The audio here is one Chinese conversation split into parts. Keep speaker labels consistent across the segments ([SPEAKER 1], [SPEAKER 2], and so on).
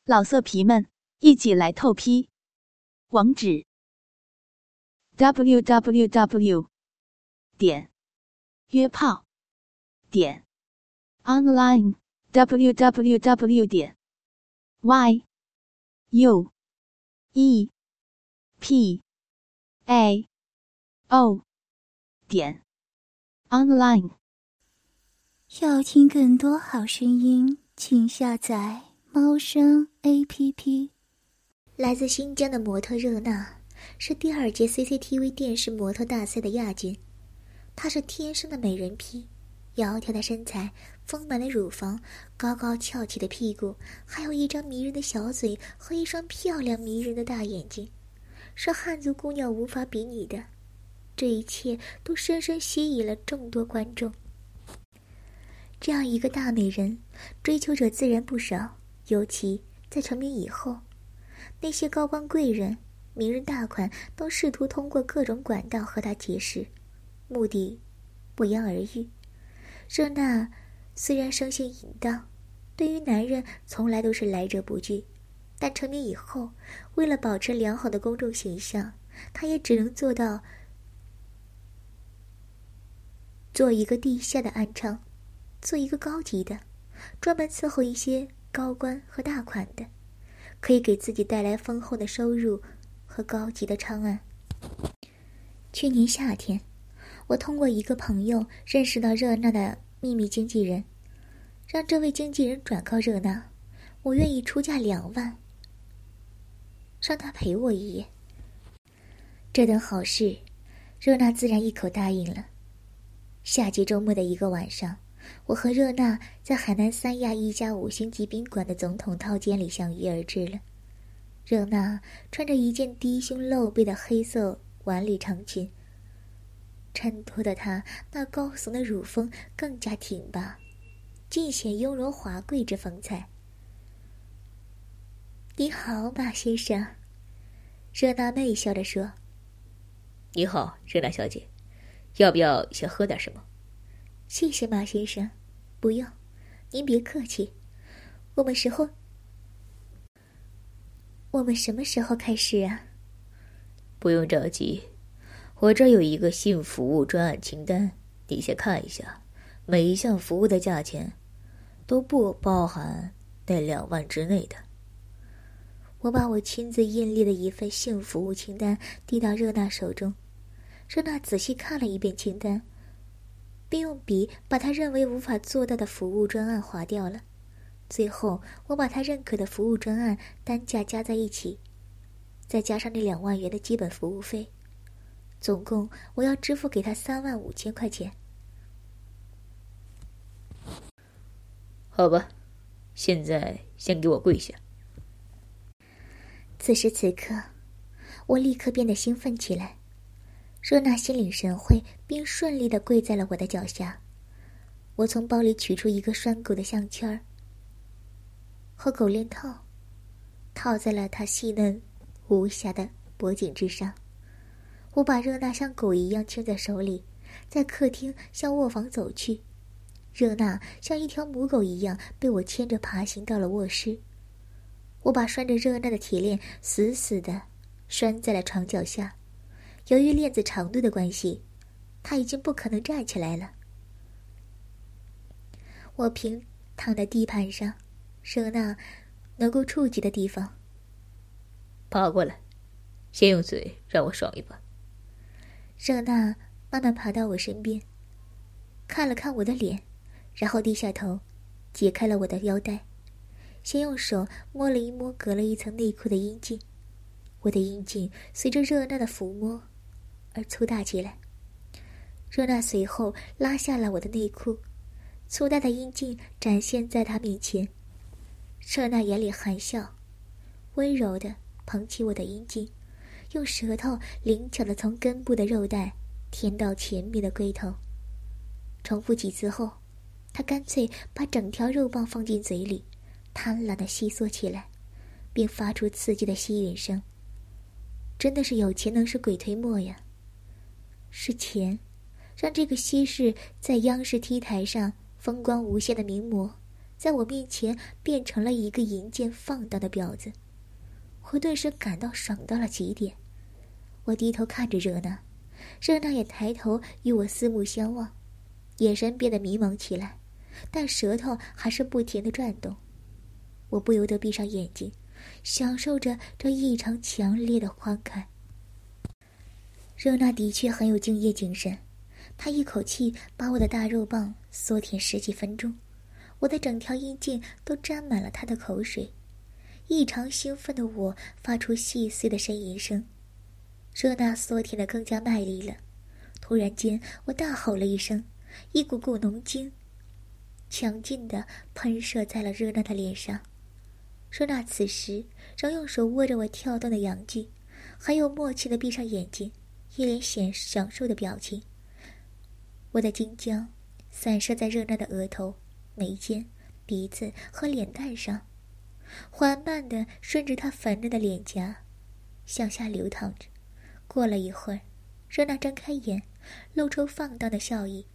[SPEAKER 1] 老色皮们，一起来透批！网址 www.约炮online www.yuepao.online。
[SPEAKER 2] 要听更多好声音，请下载猫声 APP。 来自新疆的模特热娜是第2届 CCTV 电视模特大赛的亚军。她是天生的美人皮，窈窕的身材，丰满的乳房，高高翘起的屁股，还有一张迷人的小嘴和一双漂亮迷人的大眼睛，是汉族姑娘无法比拟的。这一切都深深吸引了众多观众。这样一个大美人，追求者自然不少，尤其在成名以后，那些高官贵人、名人大款都试图通过各种管道和她结识，目的不言而喻。热娜虽然生性淫荡，对于男人从来都是来者不拒，但成名以后，为了保持良好的公众形象，她也只能做到做一个地下的暗娼，做一个高级的，专门伺候一些高官和大款的，可以给自己带来丰厚的收入和高级的娼案。去年夏天，我通过一个朋友认识到热娜的秘密经纪人，让这位经纪人转告热娜，我愿意出价2万，让他陪我一夜。这等好事，热娜自然一口答应了。夏季周末的一个晚上，我和热娜在海南三亚一家5星级宾馆的总统套间里相约而至了。热娜穿着一件低胸露背的黑色晚礼长裙，衬托的她那高耸的乳峰更加挺拔，尽显雍容华贵之风采。你好，马先生。热娜媚笑着说。
[SPEAKER 3] 你好，热娜小姐，要不要先喝点什么？
[SPEAKER 2] 谢谢马先生，不用，您别客气。我们什么时候开始啊？
[SPEAKER 3] 不用着急，我这儿有一个性服务专案清单，你先看一下，每一项服务的价钱都不包含在2万之内的。
[SPEAKER 2] 我把我亲自印立的一份性服务清单递到热娜手中，热娜仔细看了一遍清单，并用笔把他认为无法做到的服务专案划掉了。最后我把他认可的服务专案单价加在一起，再加上那2万元的基本服务费，总共我要支付给他3万5千块钱。
[SPEAKER 3] 好吧，现在先给我跪下。
[SPEAKER 2] 此时此刻，我立刻变得兴奋起来。热娜心领神会，并顺利地跪在了我的脚下。我从包里取出一个拴狗的项圈和狗链套，套在了她细嫩无瑕的脖颈之上。我把热娜像狗一样牵在手里，在客厅向卧房走去。热娜像一条母狗一样被我牵着爬行到了卧室。我把拴着热娜的铁链死死地拴在了床脚下。由于链子长度的关系，她已经不可能站起来了。我平躺在地板上，热娜能够触及的地方。
[SPEAKER 3] 爬过来，先用嘴让我爽一把。
[SPEAKER 2] 热娜慢慢爬到我身边，看了看我的脸，然后低下头，解开了我的腰带，先用手摸了一摸隔了一层内裤的阴茎。我的阴茎随着热娜的抚摸而粗大起来。热娜随后拉下了我的内裤，粗大的阴茎展现在她面前。热娜眼里含笑，温柔地捧起我的阴茎，用舌头灵巧地从根部的肉带舔到前面的龟头。重复几次后，她干脆把整条肉棒放进嘴里，贪婪地吸缩起来，并发出刺激的吸吮声。真的是有钱能使鬼推磨呀！是钱，让这个西市在央视 T 台上风光无限的名模， 在我面前变成了一个淫贱放荡的婊子。我顿时感到爽到了极点。我低头看着热娜，热娜也抬头与我四目相望，眼神变得迷茫起来，但舌头还是不停地转动。我不由得闭上眼睛，享受着这异常强烈的欢快。热娜的确很有敬业精神，她一口气把我的大肉棒缩舔10几分钟，我的整条阴茎都沾满了她的口水。异常兴奋的我发出细碎的呻吟声，热娜缩舔得更加卖力了。突然间，我大吼了一声，一股股浓精强劲地喷射在了热娜的脸上。热娜此时仍用手握着我跳动的阳具，还有默契地闭上眼睛，一脸享受的表情。我的精浆散射在热娜的额头、眉间、鼻子和脸蛋上，缓慢地顺着她粉嫩的脸颊向下流淌着。过了一会儿，热娜睁开眼，露出放荡的笑意。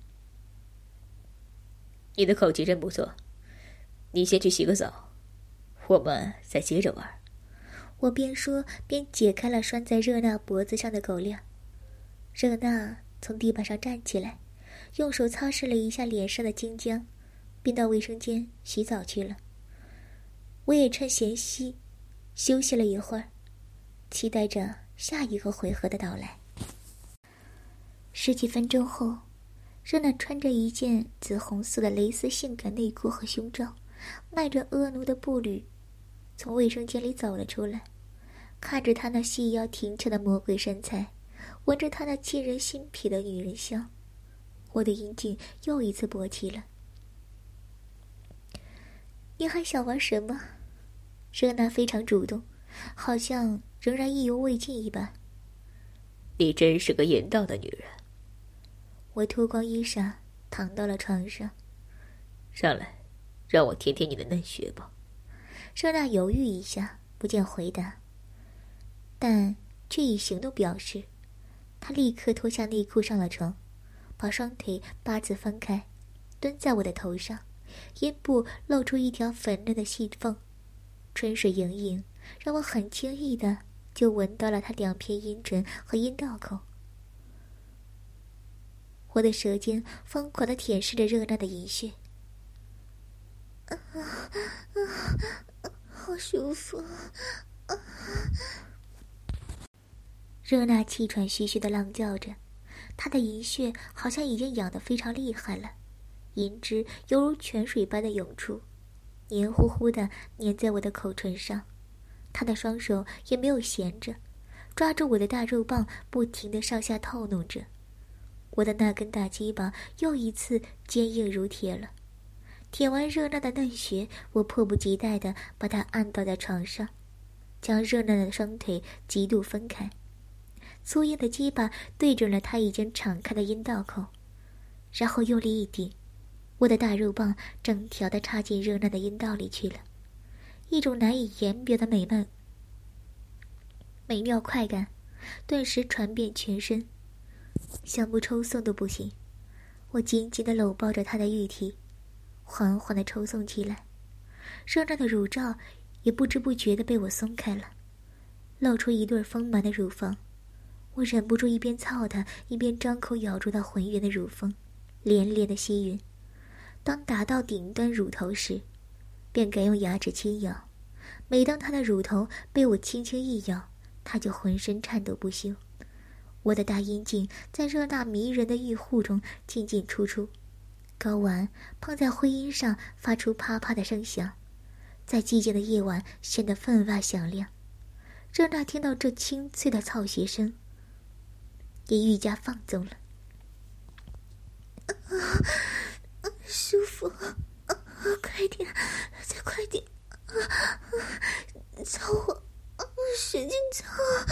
[SPEAKER 3] 你的口技真不错，你先去洗个澡，我们再接着玩。
[SPEAKER 2] 我边说边解开了拴在热娜脖子上的狗链。热娜从地板上站起来，用手擦拭了一下脸上的精浆，便到卫生间洗澡去了。我也趁闲隙休息了一会儿，期待着下一个回合的到来。10几分钟后，热娜穿着一件紫红色的蕾丝性感内裤和胸罩，迈着婀娜的步履从卫生间里走了出来。看着她那细腰挺翘的魔鬼身材，闻着她那沁人心脾的女人香，我的阴茎又一次勃起了。你还想玩什么？热娜非常主动，好像仍然意犹未尽一般。
[SPEAKER 3] 你真是个淫荡的女人。
[SPEAKER 2] 我脱光衣裳躺到了床上。
[SPEAKER 3] 上来，让我舔舔你的嫩穴吧。
[SPEAKER 2] 热娜犹豫一下，不见回答，但却以行动表示。她立刻脱下内裤上了床，把双腿8字分开，蹲在我的头上，阴部露出一条粉嫩的细缝，春水盈盈，让我很轻易的就闻到了她2片阴唇和阴道口。我的舌尖疯狂地舔舐着热娜的银穴，好舒服。热娜气喘吁吁地浪叫着，她的银穴好像已经痒得非常厉害了，银汁犹如泉水般的涌出，黏糊糊地粘在我的口唇上。她的双手也没有闲着，抓住我的大肉棒，不停地上下套弄着。我的那根大鸡巴又一次坚硬如铁了。舔完热娜的嫩穴，我迫不及待地把她按倒在床上，将热娜的双腿极度分开，粗硬的鸡巴对准了她已经敞开的阴道口，然后用力一顶，我的大肉棒整条地插进热娜的阴道里去了。一种难以言表的美妙快感顿时传遍全身，想不抽送都不行。我紧紧地搂抱着她的玉体，缓缓地抽送起来。热娜的乳罩也不知不觉地被我松开了，露出一对丰满的乳房。我忍不住一边操她，一边张口咬住她浑圆的乳峰，连连的吸吮。当达到顶端乳头时，便敢用牙齿轻咬。每当她的乳头被我轻轻一咬，她就浑身颤抖不休。我的大阴茎在热娜迷人的玉户中进进出出，睾丸碰在灰阴上发出啪啪的声响，在寂静的夜晚显得分外响亮。热娜听到这清脆的操穴声，也愈加放纵了。舒服，快点，再快点，操我，使劲操！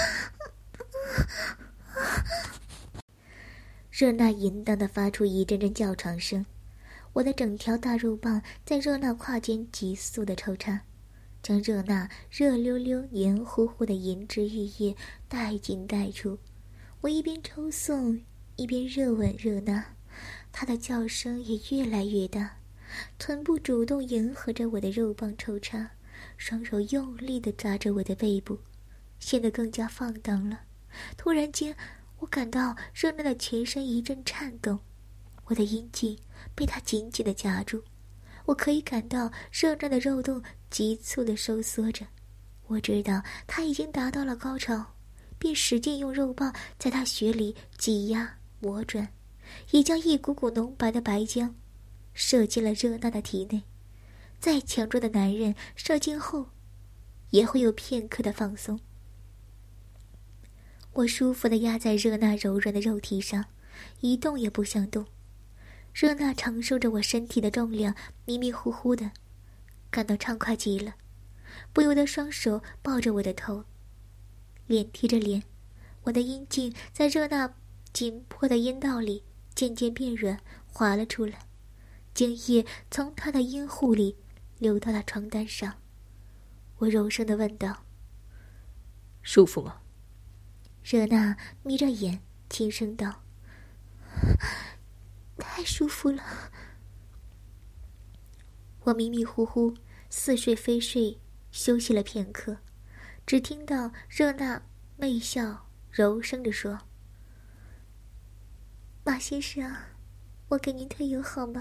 [SPEAKER 2] 热娜淫荡地发出一阵阵叫床声，我的整条大肉棒在热娜胯间急速地抽插，将热娜热溜溜黏糊糊的银汁玉液带进带出。我一边抽送一边热吻热娜，她的叫声也越来越大， 臀部主动迎合着我的肉棒抽插，双手用力地抓着我的背部，显得更加放荡了。突然间，我感到热娜的全身一阵颤动，我的阴茎被他紧紧地夹住，我可以感到热娜的肉洞急促地收缩着。我知道他已经达到了高潮，便使劲用肉棒在他穴里挤压磨转，已将一股股浓白的白浆射进了热娜的体内。再强壮的男人射精后也会有片刻的放松。我舒服地压在热娜柔软的肉体上，一动也不想动。热娜承受着我身体的重量，迷迷糊糊的，感到畅快极了，不由得双手抱着我的头，脸贴着脸，我的阴茎在热娜紧迫的阴道里渐渐变软，滑了出来，精液从她的阴户里流到了床单上。我柔声地问道：“
[SPEAKER 3] 舒服吗？”
[SPEAKER 2] 热娜眯着眼轻声道：“太舒服了。”我迷迷糊糊似睡非睡，休息了片刻，只听到热娜媚笑柔声地说：“马先生，我给您推油好吗？”“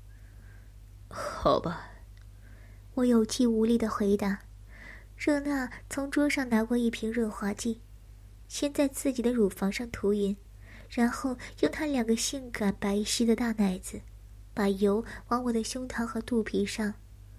[SPEAKER 3] 好吧。”
[SPEAKER 2] 我有气无力地回答。热娜从桌上拿过一瓶润滑剂，先在自己的乳房上涂匀，然后用她2个性感白皙的大奶子把油往我的胸膛和肚皮上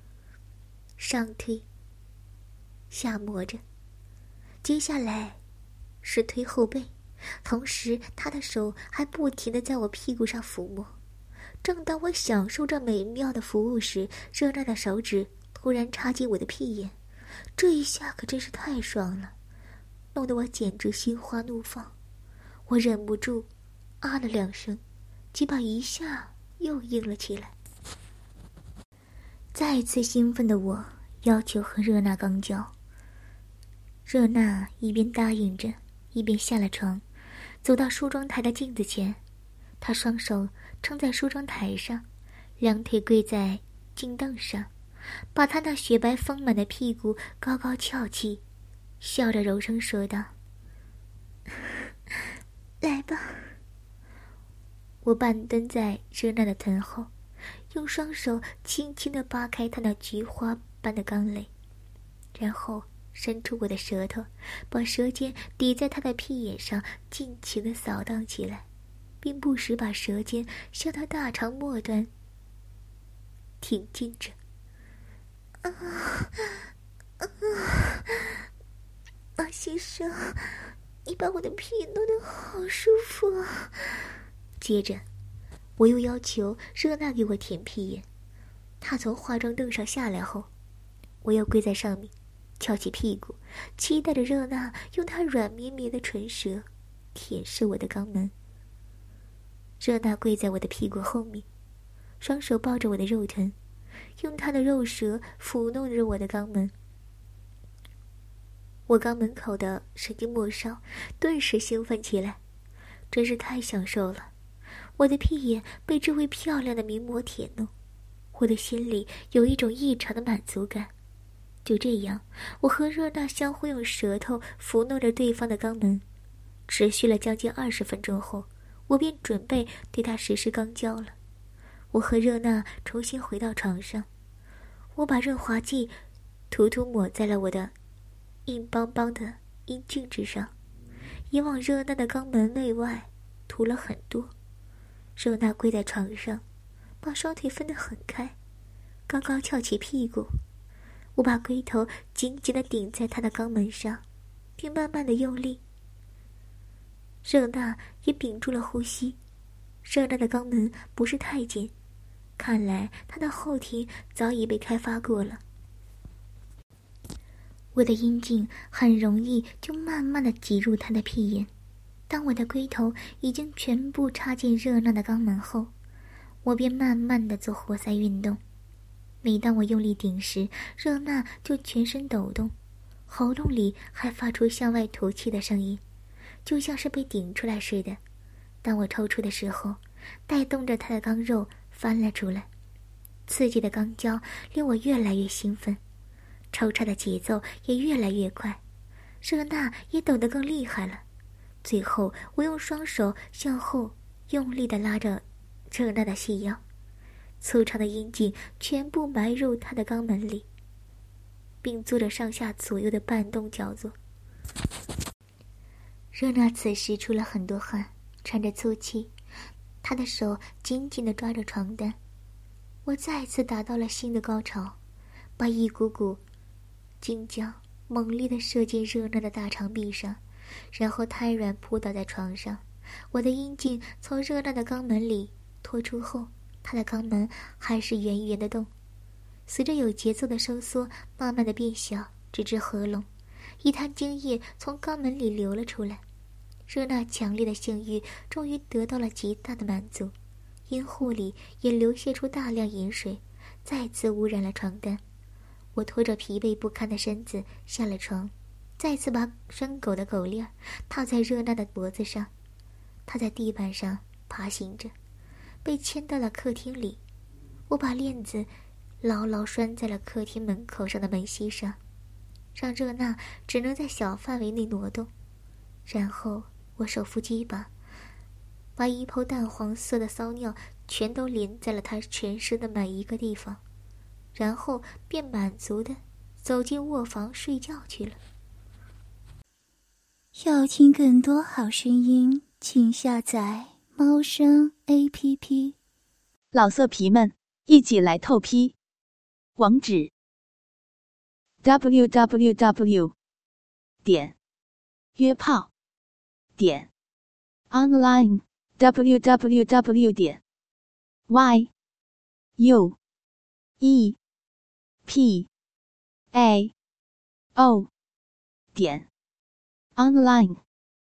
[SPEAKER 2] 推下磨着。接下来是推后背，同时她的手还不停地在我屁股上抚摸。正当我享受着美妙的服务时，热娜的手指突然插进我的屁眼，这一下可真是太爽了，弄得我简直心花怒放。我忍不住啊了2声，鸡巴一下又硬了起来。再次兴奋的我要求和热娜刚交。热娜一边答应着，一边下了床，走到梳妆台的镜子前，她双手撑在梳妆台上，2腿跪在镜凳上，把她那雪白丰满的屁股高高翘起，笑着柔声说道：“来吧。”我半蹲在热娜的臀后，用双手轻轻地扒开她那菊花般的肛蕾，然后伸出我的舌头，把舌尖抵在她的屁眼上，尽情地扫荡起来，并不时把舌尖向她大肠末端挺进着。马先生，你把我的屁弄得好舒服啊！接着我又要求热娜给我舔屁眼。她从化妆凳上下来后，我又跪在上面翘起屁股，期待着热娜用她软绵绵的唇舌舔舐我的肛门。热娜跪在我的屁股后面，双手抱着我的肉臀，用她的肉舌抚弄着我的肛门。我肛门口的神经末梢顿时兴奋起来，真是太享受了。我的屁眼被这位漂亮的名模舔弄，我的心里有一种异常的满足感。就这样，我和热娜相互用舌头抚弄着对方的肛门，持续了将近20分钟后，我便准备对她实施肛交了。我和热娜重新回到床上，我把润滑剂涂抹在了我的硬邦邦的阴茎之上，也往热娜的肛门内外涂了很多。热娜跪在床上，把双腿分得很开，高高翘起屁股。我把龟头紧紧地顶在她的肛门上，并慢慢地用力。热娜也屏住了呼吸。热娜的肛门不是太紧，看来她的后庭早已被开发过了。我的阴茎很容易就慢慢地挤入她的屁眼。当我的龟头已经全部插进热娜的肛门后，我便慢慢地做活塞运动。每当我用力顶时，热娜就全身抖动，喉咙里还发出向外吐气的声音，就像是被顶出来似的。当我抽出的时候，带动着她的肛肉翻了出来。 刺激的肛交令我越来越兴奋，抽插的节奏也越来越快，热娜也抖得更厉害了。最后，我用双手向后用力地拉着热娜的细腰，粗长的阴茎全部埋入她的肛门里，并做着上下左右的半动脚作。热娜此时出了很多汗，喘着粗气，她的手紧紧地抓着床单。我再次达到了新的高潮，把一股股精浆猛烈地射进热娜的大肠壁上，然后瘫软扑倒在床上。我的阴茎从热娜的肛门里拖出后，她的肛门还是圆圆的洞，随着有节奏的收缩，慢慢的变小，直至合拢，一滩精液从肛门里流了出来。热娜强烈的性欲终于得到了极大的满足，阴户里也流泻出大量饮水，再次污染了床单。我拖着疲惫不堪的身子下了床，再次把拴狗的狗链套在热娜的脖子上。她在地板上爬行着，被牵到了客厅里。我把链子牢牢拴在了客厅门口上的门隙上，让热娜只能在小范围内挪动。然后我手扶鸡巴，把一泡淡黄色的骚尿全都淋在了她全身的每一个地方，然后便满足地走进卧房睡觉去了。
[SPEAKER 1] 要听更多好声音，请下载猫声 APP。老色皮们，一起来透批！网址 www.约炮online www.yuepao.online